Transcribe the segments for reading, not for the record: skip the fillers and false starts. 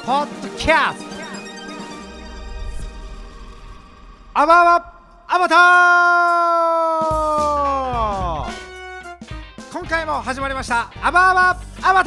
ポッドキャストアバアバター。今回も始まりましたアバタ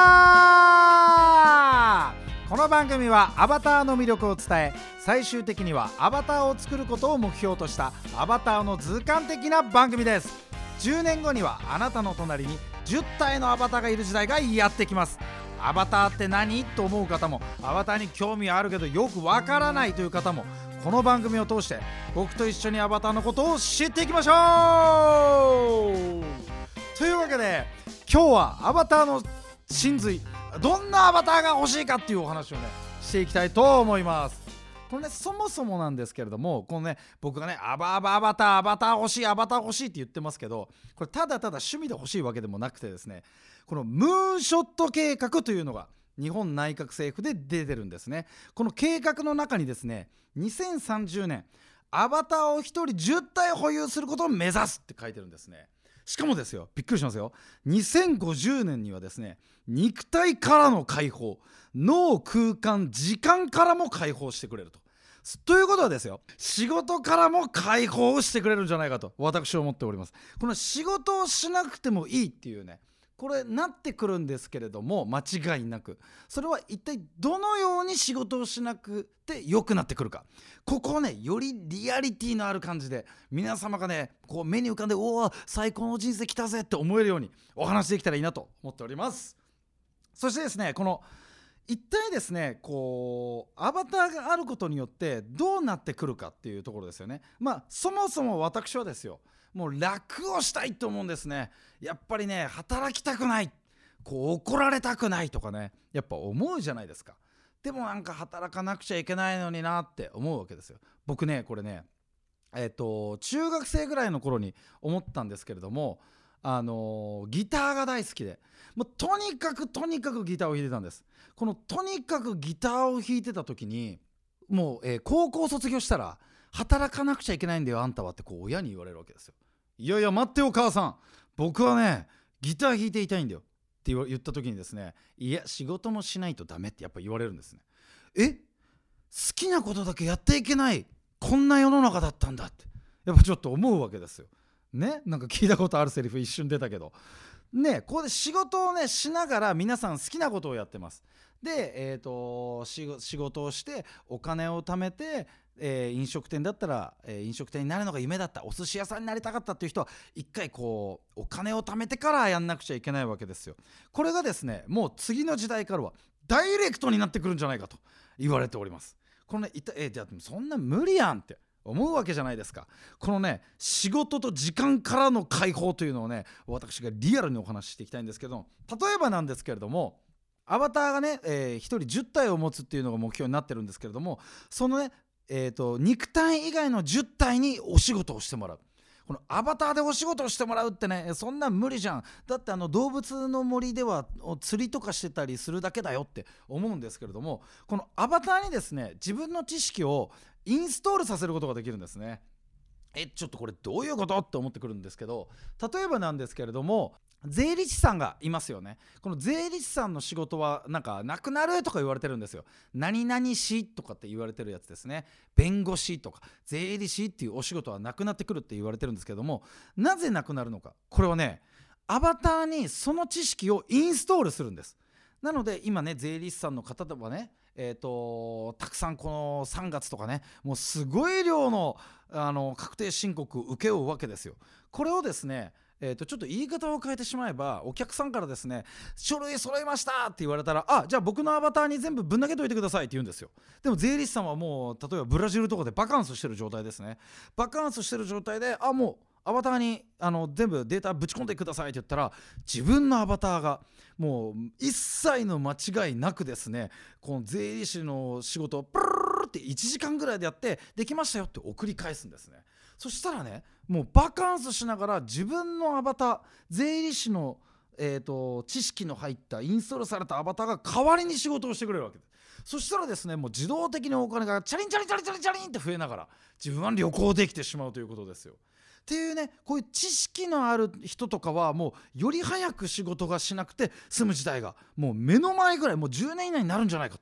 ー。この番組はアバターの魅力を伝え、最終的にはアバターを作ることを目標としたアバターの図鑑的な番組です。10年後にはあなたの隣に10体のアバターがいる時代がやってきます。アバターって何と思う方も、アバターに興味あるけどよくわからないという方も、この番組を通して僕と一緒にアバターのことを知っていきましょう。というわけで今日はアバターの真髄、どんなアバターが欲しいかっていうお話をねしていきたいと思います。これね、そもそもなんですけれども、このね、僕がねアバター欲しいって言ってますけど、これただただ趣味で欲しいわけでもなくてですね、このムーンショット計画というのが日本内閣政府で出てるんですね。この計画の中にですね、2030年アバターを1人10体保有することを目指すって書いてるんですね。しかもですよ、びっくりしますよ、2050年にはですね、肉体からの解放、脳、空間、時間からも解放してくれるということはですよ、仕事からも解放してくれるんじゃないかと私は思っております。この仕事をしなくてもいいっていうね、これなってくるんですけれども、間違いなくそれは一体どのように仕事をしなくて良くなってくるか、ここをねよりリアリティのある感じで皆様がねこう目に浮かんで、おお最高の人生来たぜって思えるようにお話できたらいいなと思っております。そしてですね、この一体ですね、こうアバターがあることによってどうなってくるかっていうところですよね。そもそも私はですよ、もう楽をしたいと思うんですね。やっぱりね、働きたくない、こう怒られたくないとかね、やっぱ思うじゃないですか。でもなんか働かなくちゃいけないのになって思うわけですよ。僕ね、これね中学生ぐらいの頃に思ったんですけれども、ギターが大好きで、もうとにかくギターを弾いてたんです。このとにかくギターを弾いてた時に、もう、高校卒業したら働かなくちゃいけないんだよあんたはってこう親に言われるわけですよ。いやいや待ってよ母さん、僕はねギター弾いていたいんだよって言った時にですね、いや仕事もしないとダメってやっぱ言われるんですね。好きなことだけやっていけない、こんな世の中だったんだってやっぱちょっと思うわけですよね。なんか聞いたことあるセリフ一瞬出たけどね、ここで仕事をねしながら皆さん好きなことをやってます。で、仕事をしてお金を貯めて、飲食店だったら、飲食店になるのが夢だった、お寿司屋さんになりたかったっていう人は一回こうお金を貯めてからやんなくちゃいけないわけですよ。これがですね、もう次の時代からはダイレクトになってくるんじゃないかと言われております。このね、じゃあそんな無理やんって思うわけじゃないですか。このね仕事と時間からの解放というのをね、私がリアルにお話ししていきたいんですけど、例えばなんですけれども、アバターがね、1人10体を持つっていうのが目標になってるんですけれども、そのね、肉体以外の10体にお仕事をしてもらう。このアバターでお仕事をしてもらうってね、そんな無理じゃん。だって動物の森では釣りとかしてたりするだけだよって思うんですけれども、このアバターにですね自分の知識をインストールさせることができるんですね。ちょっとこれどういうことって思ってくるんですけど、例えばなんですけれども、税理士さんがいますよね。この税理士さんの仕事はなんかなくなるとか言われてるんですよ。何々士とかって言われてるやつですね。弁護士とか税理士っていうお仕事はなくなってくるって言われてるんですけども、なぜなくなるのか、これはねアバターにその知識をインストールするんです。なので今ね税理士さんの方とかね、たくさんこの3月とかね、もうすごい量の確定申告請け負うわけですよ。これをですねちょっと言い方を変えてしまえば、お客さんからですね書類揃いましたって言われたら、じゃあ僕のアバターに全部ぶん投げといてくださいって言うんですよ。でも税理士さんはもう例えばブラジルとかでバカンスしてる状態ですね。バカンスしてる状態で、もうアバターに全部データぶち込んでくださいって言ったら、自分のアバターがもう一切の間違いなくですね、この税理士の仕事をプルルルって1時間ぐらいでやってできましたよって送り返すんですね。そしたらね、もうバカンスしながら自分のアバター、税理士の、知識の入ったインストールされたアバターが代わりに仕事をしてくれるわけです。そしたらですね、もう自動的にお金がチャリンチャリンチャリンチャリンチャリンって増えながら自分は旅行できてしまうということですよ。っていうね、こういう知識のある人とかはもうより早く仕事がしなくて済む時代がもう目の前ぐらい、もう10年以内になるんじゃないかと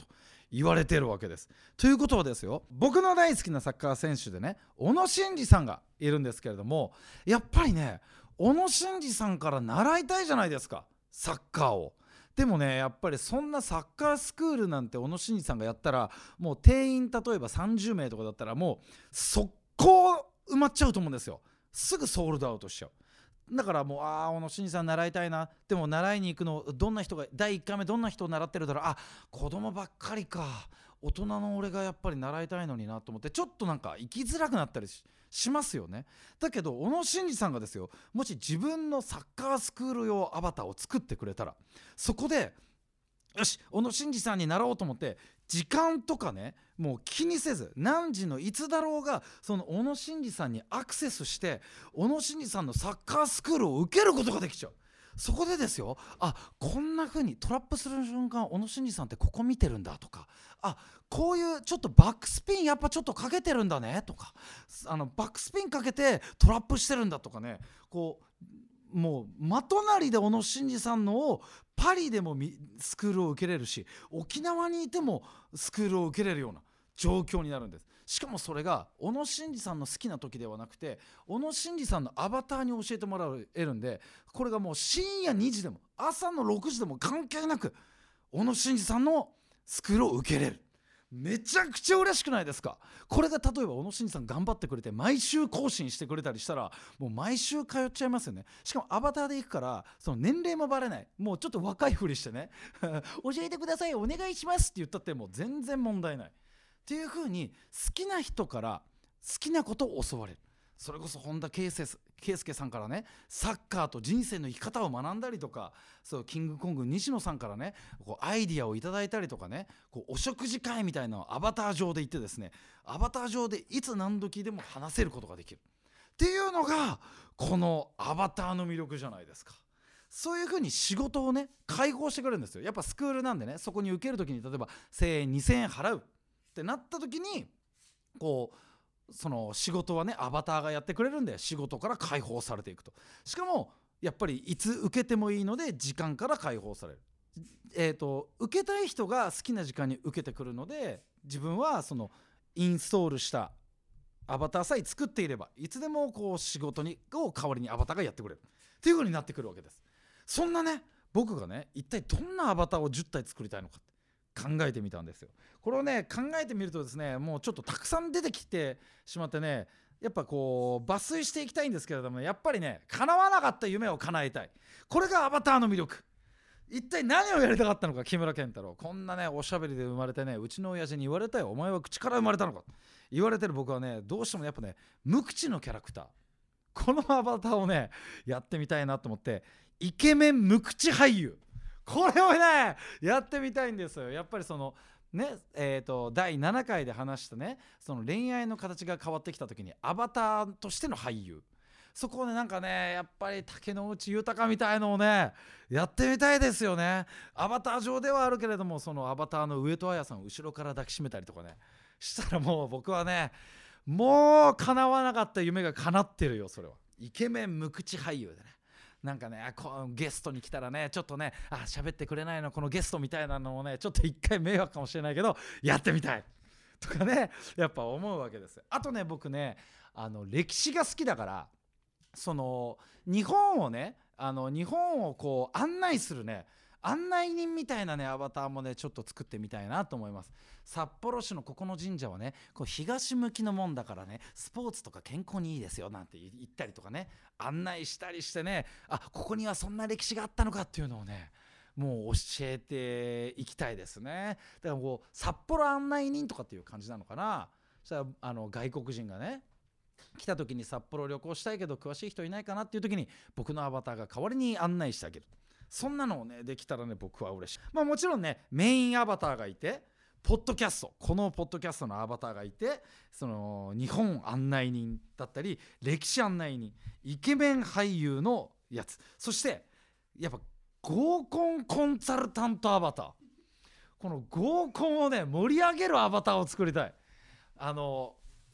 言われてるわけです。ということはですよ、僕の大好きなサッカー選手でね、小野伸二さんがいるんですけれども、やっぱりね小野伸二さんから習いたいじゃないですか、サッカーを。でもねやっぱりそんなサッカースクールなんて小野伸二さんがやったら、もう定員例えば30名とかだったらもう速攻埋まっちゃうと思うんですよ。すぐソールドアウトしちゃう。だからもう小野伸二さん習いたいな。でも習いに行くのどんな人が、第1回目どんな人を習ってるだろう、子供ばっかりか、大人の俺がやっぱり習いたいのになと思って、ちょっとなんか生きづらくなったりしますよね。だけど小野伸二さんがですよ、もし自分のサッカースクール用アバターを作ってくれたら、そこでよし小野伸二さんに習おうと思って、時間とかねもう気にせず、何時のいつだろうがその小野伸二さんにアクセスして、小野伸二さんのサッカースクールを受けることができちゃう。そこでですよ、こんな風にトラップする瞬間小野伸二さんってここ見てるんだとか、こういうちょっとバックスピンやっぱちょっとかけてるんだねとか、バックスピンかけてトラップしてるんだとかね、こうもう真隣で小野伸二さんのをパリでもスクールを受けれるし、沖縄にいてもスクールを受けれるような状況になるんです。しかもそれが小野伸二さんの好きな時ではなくて、小野伸二さんのアバターに教えてもらえるんで、これがもう深夜2時でも朝の6時でも関係なく小野伸二さんのスクールを受けれる。めちゃくちゃ嬉しくないですか。これが例えば小野伸二さん頑張ってくれて毎週更新してくれたりしたら、もう毎週通っちゃいますよね。しかもアバターで行くからその年齢もバレない。もうちょっと若いふりしてね教えてくださいお願いしますって言ったってもう全然問題ないっていう風に、好きな人から好きなことを教われる。それこそ本田圭佑さんからね、サッカーと人生の生き方を学んだりとか、そうキングコング西野さんからねこうアイディアをいただいたりとかね、こうお食事会みたいなのをアバター上で行ってですね、アバター上でいつ何時でも話せることができるっていうのがこのアバターの魅力じゃないですか。そういう風に仕事をね解放してくれるんですよ。やっぱスクールなんでね、そこに受ける時に例えば1000円2000円払うってなった時に、こうその仕事はねアバターがやってくれるんで、仕事から解放されていくと。しかもやっぱりいつ受けてもいいので時間から解放される。受けたい人が好きな時間に受けてくるので、自分はそのインストールしたアバターさえ作っていればいつでもこう仕事を代わりにアバターがやってくれるっていう風になってくるわけです。そんなね僕がね一体どんなアバターを10体作りたいのか考えてみたんですよ。これをね考えてみるとですね、もうちょっとたくさん出てきてしまってね、やっぱこう抜粋していきたいんですけれども、やっぱりね叶わなかった夢を叶えたい。これがアバターの魅力。一体何をやりたかったのか木村健太郎。こんなねおしゃべりで生まれてね、うちの親父に言われたよ、お前は口から生まれたのか言われてる僕はね、どうしてもやっぱね無口のキャラクター、このアバターをねやってみたいなと思って、イケメン無口俳優、これをねやってみたいんですよ。やっぱりそのね第7回で話したね、その恋愛の形が変わってきた時にアバターとしての俳優、そこをねなんかねやっぱり竹野内豊みたいのをねやってみたいですよね。アバター上ではあるけれども、そのアバターの上戸彩さんを後ろから抱きしめたりとかねしたら、もう僕はねもう叶わなかった夢が叶ってるよ。それはイケメン無口俳優でね、なんかねゲストに来たらねちょっとね喋ってくれないのこのゲストみたいなのをねちょっと一回迷惑かもしれないけどやってみたいとかねやっぱ思うわけです。あとね僕ね歴史が好きだから、その日本をね日本をこう案内するね案内人みたいなねアバターもねちょっと作ってみたいなと思います。札幌市のここの神社はねこう東向きのもんだからねスポーツとか健康にいいですよなんて言ったりとかね、案内したりしてね、ここにはそんな歴史があったのかっていうのをねもう教えていきたいですね。だからこう札幌案内人とかっていう感じなのかな。そしたら外国人がね来た時に札幌旅行したいけど詳しい人いないかなっていう時に僕のアバターが代わりに案内してあげる。そんなのをねできたらね僕は嬉しい。もちろんねメインアバターがいて、ポッドキャスト、このポッドキャストのアバターがいて、その日本案内人だったり歴史案内人、イケメン俳優のやつ、そしてやっぱ合コンコンサルタントアバター、この合コンをね盛り上げるアバターを作りたい。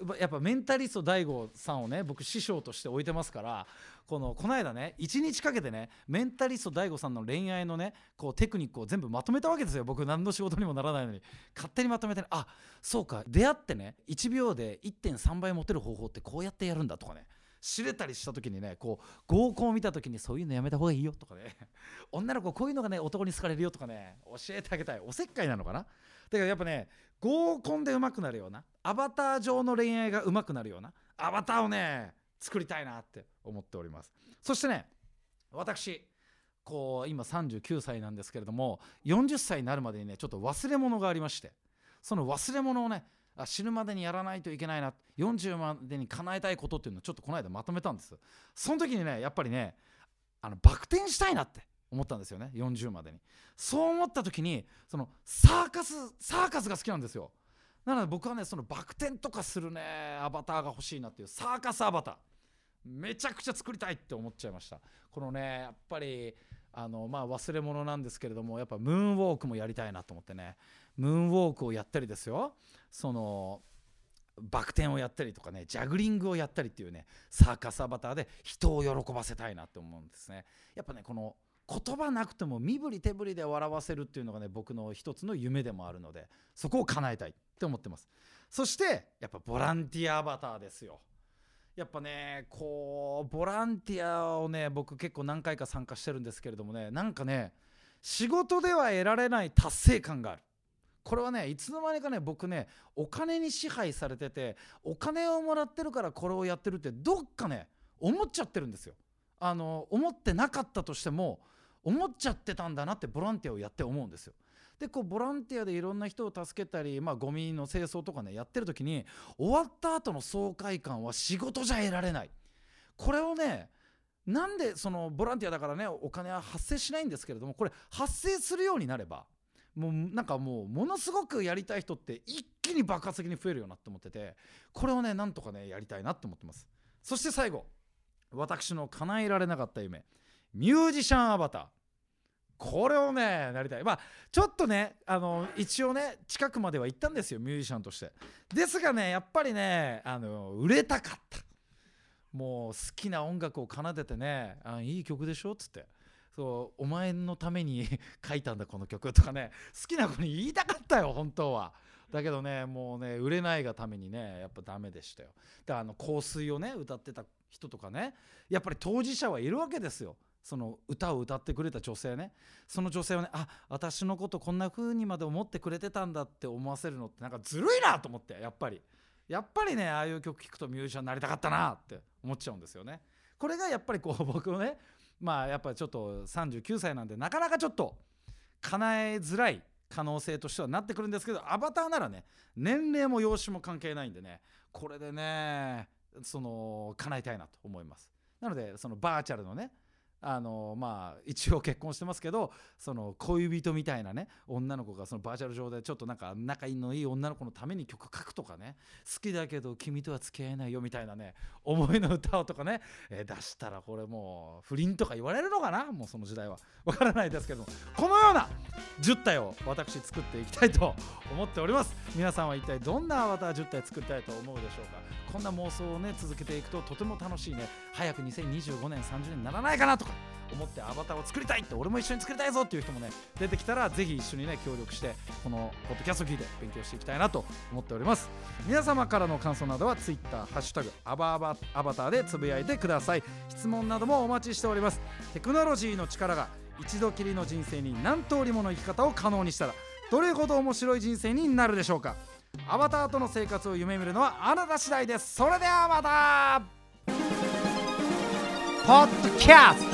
やっぱメンタリスト DAIGO さんをね僕師匠として置いてますから、この間ね1日かけてねメンタリスト DAIGO さんの恋愛のねこうテクニックを全部まとめたわけですよ。僕何の仕事にもならないのに勝手にまとめてね、あそうか出会ってね1秒で 1.3 倍モテる方法ってこうやってやるんだとかね知れたりした時にね、こう合コンを見た時にそういうのやめた方がいいよとかね女の子こういうのがね男に好かれるよとかね教えてあげたい。おせっかいなのかな。だからやっぱね合コンで上手くなるようなアバター上の恋愛が上手くなるようなアバターをね作りたいなって思っております。そしてね私こう今39歳なんですけれども、40歳になるまでにねちょっと忘れ物がありまして、その忘れ物をね死ぬまでにやらないといけないな、40までに叶えたいことっていうのをちょっとこの間まとめたんです。その時にねやっぱりねバク転したいなって思ったんですよね、40までに。そう思った時にそのサーカスが好きなんですよ。なので僕はねそのバク転とかするねアバターが欲しいなっていう、サーカスアバターめちゃくちゃ作りたいって思っちゃいました。このねやっぱり忘れ物なんですけれども、やっぱムーンウォークもやりたいなと思ってね、ムーンウォークをやったりですよ、そのバク転をやったりとかね、ジャグリングをやったりっていうねサーカスアバターで人を喜ばせたいなって思うんですね。やっぱねこの言葉なくても身振り手振りで笑わせるっていうのがね僕の一つの夢でもあるので、そこを叶えたいって思ってます。そしてやっぱボランティアアバターですよ。やっぱねこうボランティアをね僕結構何回か参加してるんですけれどもね、なんかね仕事では得られない達成感がある。これはねいつの間にかね僕ねお金に支配されてて、お金をもらってるからこれをやってるってどっかね思っちゃってるんですよ。思ってなかったとしても思っちゃってたんだなってボランティアをやって思うんですよ。でこうボランティアでいろんな人を助けたり、ゴミの清掃とかねやってる時に終わった後の爽快感は仕事じゃ得られない。これをねなんでそのボランティアだからねお金は発生しないんですけれども、これ発生するようになればもうなんかものすごくやりたい人って一気に爆発的に増えるよなって思ってて、これをねなんとかねやりたいなって思ってます。そして最後、私の叶えられなかった夢、ミュージシャンアバター、これをねなりたい。ちょっとね一応ね近くまでは行ったんですよミュージシャンとして。ですがねやっぱりね売れたかった。もう好きな音楽を奏でてねいい曲でしょっつって、そうお前のために書いたんだこの曲とかね好きな子に言いたかったよ本当は。だけどねもうね売れないがためにねやっぱダメでしたよ。で香水をね歌ってた人とかねやっぱり当事者はいるわけですよ。その歌を歌ってくれた女性ね、その女性はね私のことこんな風にまで思ってくれてたんだって思わせるのってなんかずるいなと思って、やっぱりねああいう曲聴くとミュージシャンになりたかったなって思っちゃうんですよね。これがやっぱりこう僕のねやっぱりちょっと39歳なんでなかなかちょっと叶えづらい可能性としてはなってくるんですけど、アバターならね年齢も容姿も関係ないんでね、これでね叶えたいなと思います。なのでそのバーチャルのね一応結婚してますけど、その恋人みたいなね女の子がそのバーチャル上でちょっとなんか仲のいい女の子のために曲書くとかね、好きだけど君とは付き合えないよみたいなね思いの歌をとかね、出したらこれもう不倫とか言われるのかな、もうその時代はわからないですけども、このような10体を私作っていきたいと思っております。皆さんは一体どんなアバター10体作りたいと思うでしょうか。こんな妄想をね続けていくととても楽しいね、早く2025年30年にならないかなとか思ってアバターを作りたいって、俺も一緒に作りたいぞっていう人もね出てきたらぜひ一緒にね協力してこのポッドキャストを聞いて勉強していきたいなと思っております。皆様からの感想などは Twitter ハッシュタグアバターでつぶやいてください。質問などもお待ちしております。テクノロジーの力が一度きりの人生に何通りもの生き方を可能にしたらどれほど面白い人生になるでしょうか。アバターとの生活を夢見るのはあなた次第です。それではまたポッドキャスト